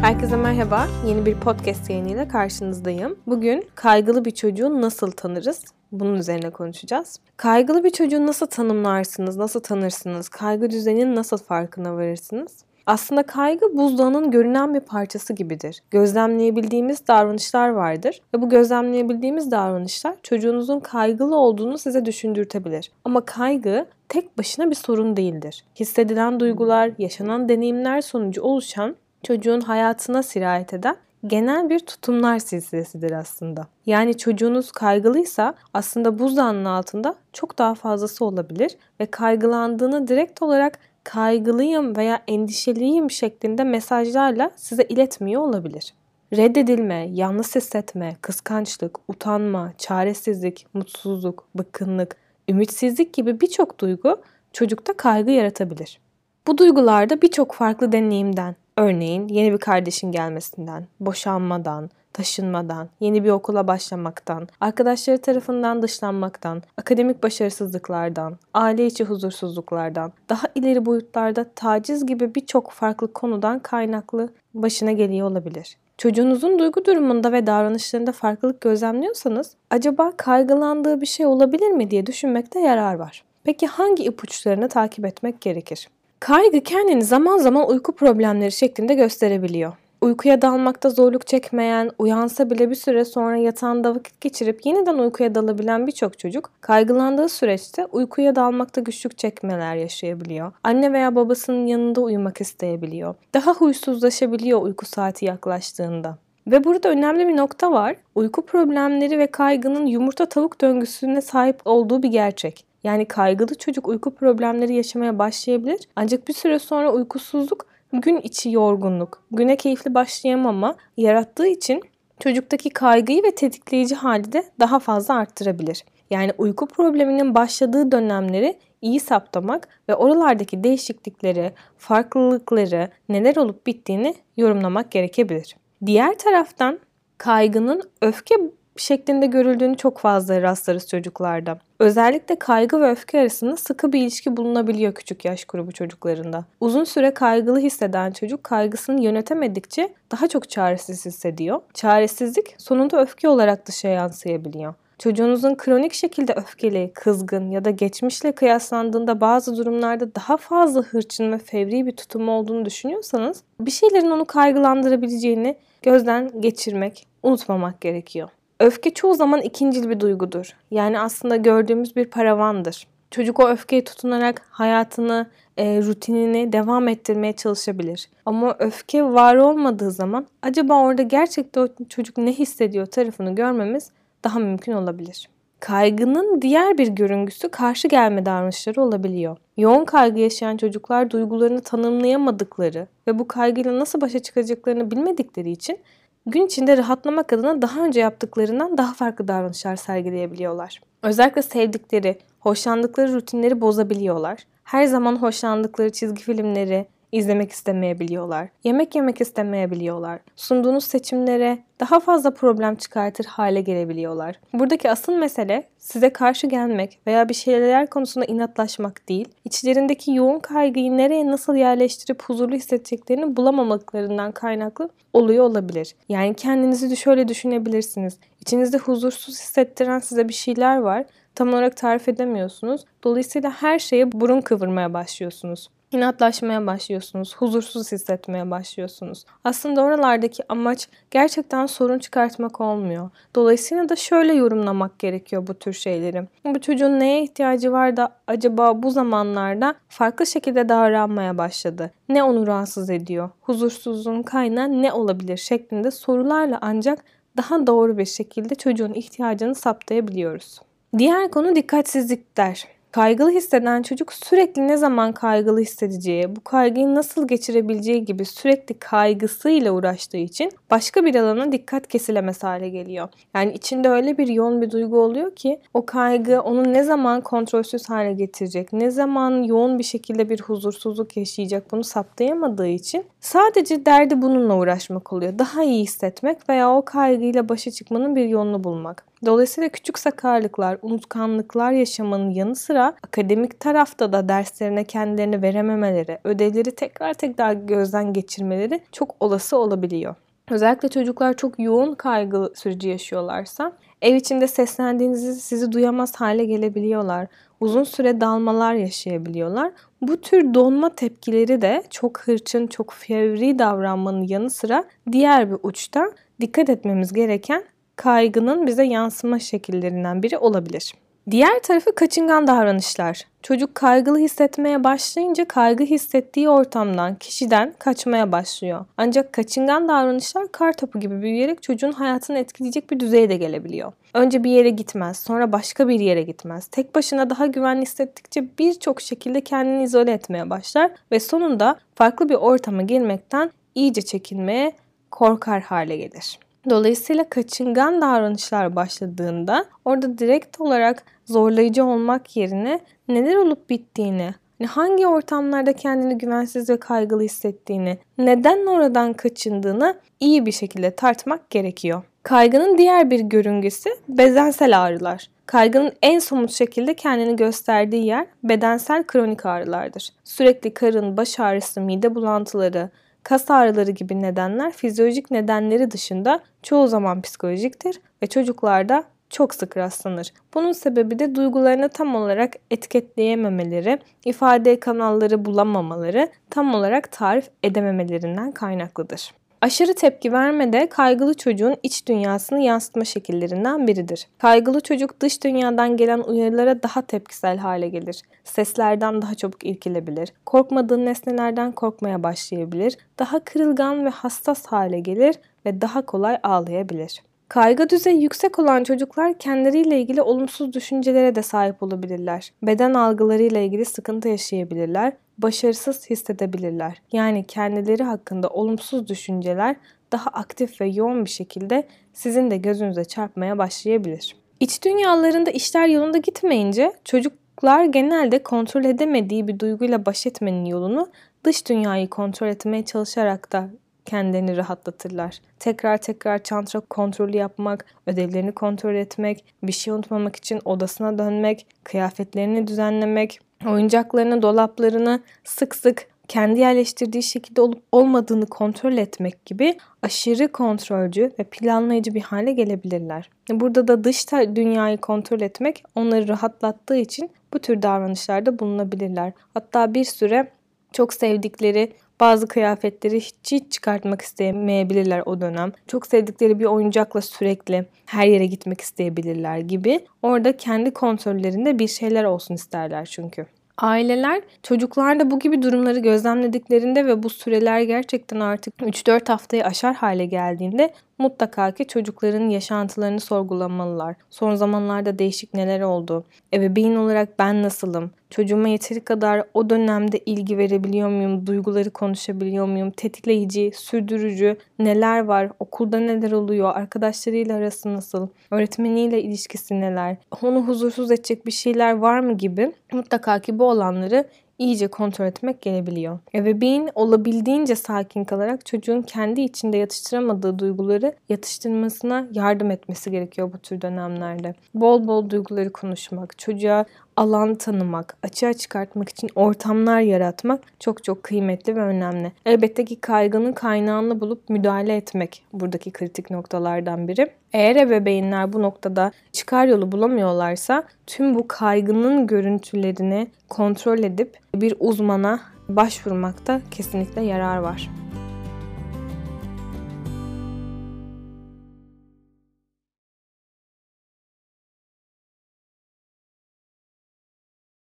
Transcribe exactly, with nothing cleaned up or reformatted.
Herkese merhaba. Yeni bir podcast yayınıyla karşınızdayım. Bugün kaygılı bir çocuğu nasıl tanırız? Bunun üzerine konuşacağız. Kaygılı bir çocuğu nasıl tanımlarsınız, nasıl tanırsınız? Kaygı düzeyinin nasıl farkına varırsınız? Aslında kaygı buzdağının görünen bir parçası gibidir. Gözlemleyebildiğimiz davranışlar vardır ve bu gözlemleyebildiğimiz davranışlar çocuğunuzun kaygılı olduğunu size düşündürtebilir. Ama kaygı tek başına bir sorun değildir. Hissedilen duygular, yaşanan deneyimler sonucu oluşan, çocuğun hayatına sirayet eden genel bir tutumlar silsilesidir aslında. Yani çocuğunuz kaygılıysa aslında buzdağının altında çok daha fazlası olabilir ve kaygılandığını direkt olarak kaygılıyım veya endişeliyim şeklinde mesajlarla size iletmiyor olabilir. Reddedilme, yalnız hissetme, kıskançlık, utanma, çaresizlik, mutsuzluk, bıkkınlık, ümitsizlik gibi birçok duygu çocukta kaygı yaratabilir. Bu duygularda birçok farklı deneyimden, örneğin yeni bir kardeşin gelmesinden, boşanmadan, taşınmadan, yeni bir okula başlamaktan, arkadaşları tarafından dışlanmaktan, akademik başarısızlıklardan, aile içi huzursuzluklardan, daha ileri boyutlarda taciz gibi birçok farklı konudan kaynaklı başına geliyor olabilir. Çocuğunuzun duygu durumunda ve davranışlarında farklılık gözlemliyorsanız, acaba kaygılandığı bir şey olabilir mi diye düşünmekte yarar var. Peki hangi ipuçlarını takip etmek gerekir? Kaygı kendini zaman zaman uyku problemleri şeklinde gösterebiliyor. Uykuya dalmakta zorluk çekmeyen, uyansa bile bir süre sonra yatağında vakit geçirip yeniden uykuya dalabilen birçok çocuk, kaygılandığı süreçte uykuya dalmakta güçlük çekmeler yaşayabiliyor. Anne veya babasının yanında uyumak isteyebiliyor. Daha huysuzlaşabiliyor uyku saati yaklaştığında. Ve burada önemli bir nokta var. Uyku problemleri ve kaygının yumurta tavuk döngüsüne sahip olduğu bir gerçek. Yani kaygılı çocuk uyku problemleri yaşamaya başlayabilir. Ancak bir süre sonra uykusuzluk, gün içi yorgunluk, güne keyifli başlayamama yarattığı için çocuktaki kaygıyı ve tetikleyici hali de daha fazla arttırabilir. Yani uyku probleminin başladığı dönemleri iyi saptamak ve oralardaki değişiklikleri, farklılıkları, neler olup bittiğini yorumlamak gerekebilir. Diğer taraftan kaygının öfke şeklinde görüldüğünü çok fazla rastlarız çocuklarda. Özellikle kaygı ve öfke arasında sıkı bir ilişki bulunabiliyor küçük yaş grubu çocuklarında. Uzun süre kaygılı hisseden çocuk kaygısını yönetemedikçe daha çok çaresiz hissediyor. Çaresizlik sonunda öfke olarak dışa yansıyabiliyor. Çocuğunuzun kronik şekilde öfkeli, kızgın ya da geçmişle kıyaslandığında bazı durumlarda daha fazla hırçın ve fevri bir tutumu olduğunu düşünüyorsanız, bir şeylerin onu kaygılandırabileceğini gözden geçirmek, unutmamak gerekiyor. Öfke çoğu zaman ikincil bir duygudur. Yani aslında gördüğümüz bir paravandır. Çocuk o öfkeye tutunarak hayatını, e, rutinini devam ettirmeye çalışabilir. Ama öfke var olmadığı zaman acaba orada gerçekten o çocuk ne hissediyor tarafını görmemiz daha mümkün olabilir. Kaygının diğer bir görüntüsü karşı gelme davranışları olabiliyor. Yoğun kaygı yaşayan çocuklar duygularını tanımlayamadıkları ve bu kaygıyla nasıl başa çıkacaklarını bilmedikleri için gün içinde rahatlamak adına daha önce yaptıklarından daha farklı davranışlar sergileyebiliyorlar. Özellikle sevdikleri, hoşlandıkları rutinleri bozabiliyorlar. Her zaman hoşlandıkları çizgi filmleri izlemek istemeyebiliyorlar. Yemek yemek istemeyebiliyorlar. Sunduğunuz seçimlere daha fazla problem çıkartır hale gelebiliyorlar. Buradaki asıl mesele size karşı gelmek veya bir şeyler konusunda inatlaşmak değil, içlerindeki yoğun kaygıyı nereye nasıl yerleştirip huzurlu hissedeceklerini bulamamaklarından kaynaklı oluyor olabilir. Yani kendinizi şöyle düşünebilirsiniz. İçinizde huzursuz hissettiren size bir şeyler var. Tam olarak tarif edemiyorsunuz. Dolayısıyla her şeye burun kıvırmaya başlıyorsunuz. İnatlaşmaya başlıyorsunuz, huzursuz hissetmeye başlıyorsunuz. Aslında oralardaki amaç gerçekten sorun çıkartmak olmuyor. Dolayısıyla da şöyle yorumlamak gerekiyor bu tür şeyleri. Bu çocuğun neye ihtiyacı var da acaba bu zamanlarda farklı şekilde davranmaya başladı? Ne onu rahatsız ediyor? Huzursuzluğun kaynağı ne olabilir şeklinde sorularla ancak daha doğru bir şekilde çocuğun ihtiyacını saptayabiliyoruz. Diğer konu dikkatsizlikler. Kaygılı hisseden çocuk sürekli ne zaman kaygılı hissedeceği, bu kaygıyı nasıl geçirebileceği gibi sürekli kaygısıyla uğraştığı için başka bir alana dikkat kesilemez hale geliyor. Yani içinde öyle bir yoğun bir duygu oluyor ki o kaygı onu ne zaman kontrolsüz hale getirecek, ne zaman yoğun bir şekilde bir huzursuzluk yaşayacak bunu saptayamadığı için sadece derdi bununla uğraşmak oluyor. Daha iyi hissetmek veya o kaygıyla başa çıkmanın bir yolunu bulmak. Dolayısıyla küçük sakarlıklar, unutkanlıklar yaşamanın yanı sıra akademik tarafta da derslerine kendilerini verememeleri, ödevleri tekrar tekrar gözden geçirmeleri çok olası olabiliyor. Özellikle çocuklar çok yoğun kaygı süreci yaşıyorlarsa ev içinde seslendiğinizi sizi duyamaz hale gelebiliyorlar. Uzun süre dalmalar yaşayabiliyorlar. Bu tür donma tepkileri de çok hırçın, çok fevri davranmanın yanı sıra diğer bir uçta dikkat etmemiz gereken kaygının bize yansıma şekillerinden biri olabilir. Diğer tarafı kaçıngan davranışlar. Çocuk kaygılı hissetmeye başlayınca kaygı hissettiği ortamdan, kişiden kaçmaya başlıyor. Ancak kaçıngan davranışlar kartopu gibi büyüyerek çocuğun hayatını etkileyecek bir düzeye de gelebiliyor. Önce bir yere gitmez, sonra başka bir yere gitmez. Tek başına daha güvenli hissettikçe birçok şekilde kendini izole etmeye başlar ve sonunda farklı bir ortama girmekten iyice çekinmeye, korkar hale gelir. Dolayısıyla kaçıngan davranışlar başladığında orada direkt olarak zorlayıcı olmak yerine neler olup bittiğini, hangi ortamlarda kendini güvensiz ve kaygılı hissettiğini, neden oradan kaçındığını iyi bir şekilde tartmak gerekiyor. Kaygının diğer bir görüngüsü bedensel ağrılar. Kaygının en somut şekilde kendini gösterdiği yer bedensel kronik ağrılardır. Sürekli karın, baş ağrısı, mide bulantıları, kas ağrıları gibi nedenler fizyolojik nedenleri dışında çoğu zaman psikolojiktir ve çocuklarda çok sık rastlanır. Bunun sebebi de duygularını tam olarak etiketleyememeleri, ifade kanalları bulamamaları, tam olarak tarif edememelerinden kaynaklıdır. Aşırı tepki verme de kaygılı çocuğun iç dünyasını yansıtma şekillerinden biridir. Kaygılı çocuk dış dünyadan gelen uyarılara daha tepkisel hale gelir. Seslerden daha çabuk irkilebilir. Korkmadığı nesnelerden korkmaya başlayabilir. Daha kırılgan ve hassas hale gelir ve daha kolay ağlayabilir. Kaygı düzeyi yüksek olan çocuklar kendileriyle ilgili olumsuz düşüncelere de sahip olabilirler. Beden algılarıyla ilgili sıkıntı yaşayabilirler, başarısız hissedebilirler. Yani kendileri hakkında olumsuz düşünceler daha aktif ve yoğun bir şekilde sizin de gözünüze çarpmaya başlayabilir. İç dünyalarında işler yolunda gitmeyince çocuklar genelde kontrol edemediği bir duyguyla baş etmenin yolunu dış dünyayı kontrol etmeye çalışarak da kendilerini rahatlatırlar. Tekrar tekrar çanta kontrolü yapmak, ödevlerini kontrol etmek, bir şey unutmamak için odasına dönmek, kıyafetlerini düzenlemek, oyuncaklarını, dolaplarını sık sık kendi yerleştirdiği şekilde olup olmadığını kontrol etmek gibi aşırı kontrolcü ve planlayıcı bir hale gelebilirler. Burada da dış dünyayı kontrol etmek onları rahatlattığı için bu tür davranışlarda bulunabilirler. Hatta bir süre çok sevdikleri bazı kıyafetleri hiç, hiç çıkartmak istemeyebilirler o dönem. Çok sevdikleri bir oyuncakla sürekli her yere gitmek isteyebilirler gibi. Orada kendi kontrollerinde bir şeyler olsun isterler çünkü. Aileler çocuklarda bu gibi durumları gözlemlediklerinde ve bu süreler gerçekten artık üç dört haftayı aşar hale geldiğinde mutlaka ki çocukların yaşantılarını sorgulamalılar. Son zamanlarda değişik neler oldu? Ebeveyn olarak ben nasılım? Çocuğuma yeteri kadar o dönemde ilgi verebiliyor muyum? Duyguları konuşabiliyor muyum? Tetikleyici, sürdürücü neler var? Okulda neler oluyor? Arkadaşlarıyla arası nasıl? Öğretmeniyle ilişkisi neler? Onu huzursuz edecek bir şeyler var mı gibi mutlaka ki bu olanları iyice kontrol etmek gelebiliyor. Ebeveyn olabildiğince sakin kalarak çocuğun kendi içinde yatıştıramadığı duyguları yatıştırmasına yardım etmesi gerekiyor bu tür dönemlerde. Bol bol duyguları konuşmak, çocuğa alan tanımak, açığa çıkartmak için ortamlar yaratmak çok çok kıymetli ve önemli. Elbette ki kaygının kaynağını bulup müdahale etmek buradaki kritik noktalardan biri. Eğer ebeveynler bu noktada çıkar yolu bulamıyorlarsa tüm bu kaygının görüntülerini kontrol edip bir uzmana başvurmakta kesinlikle yarar var.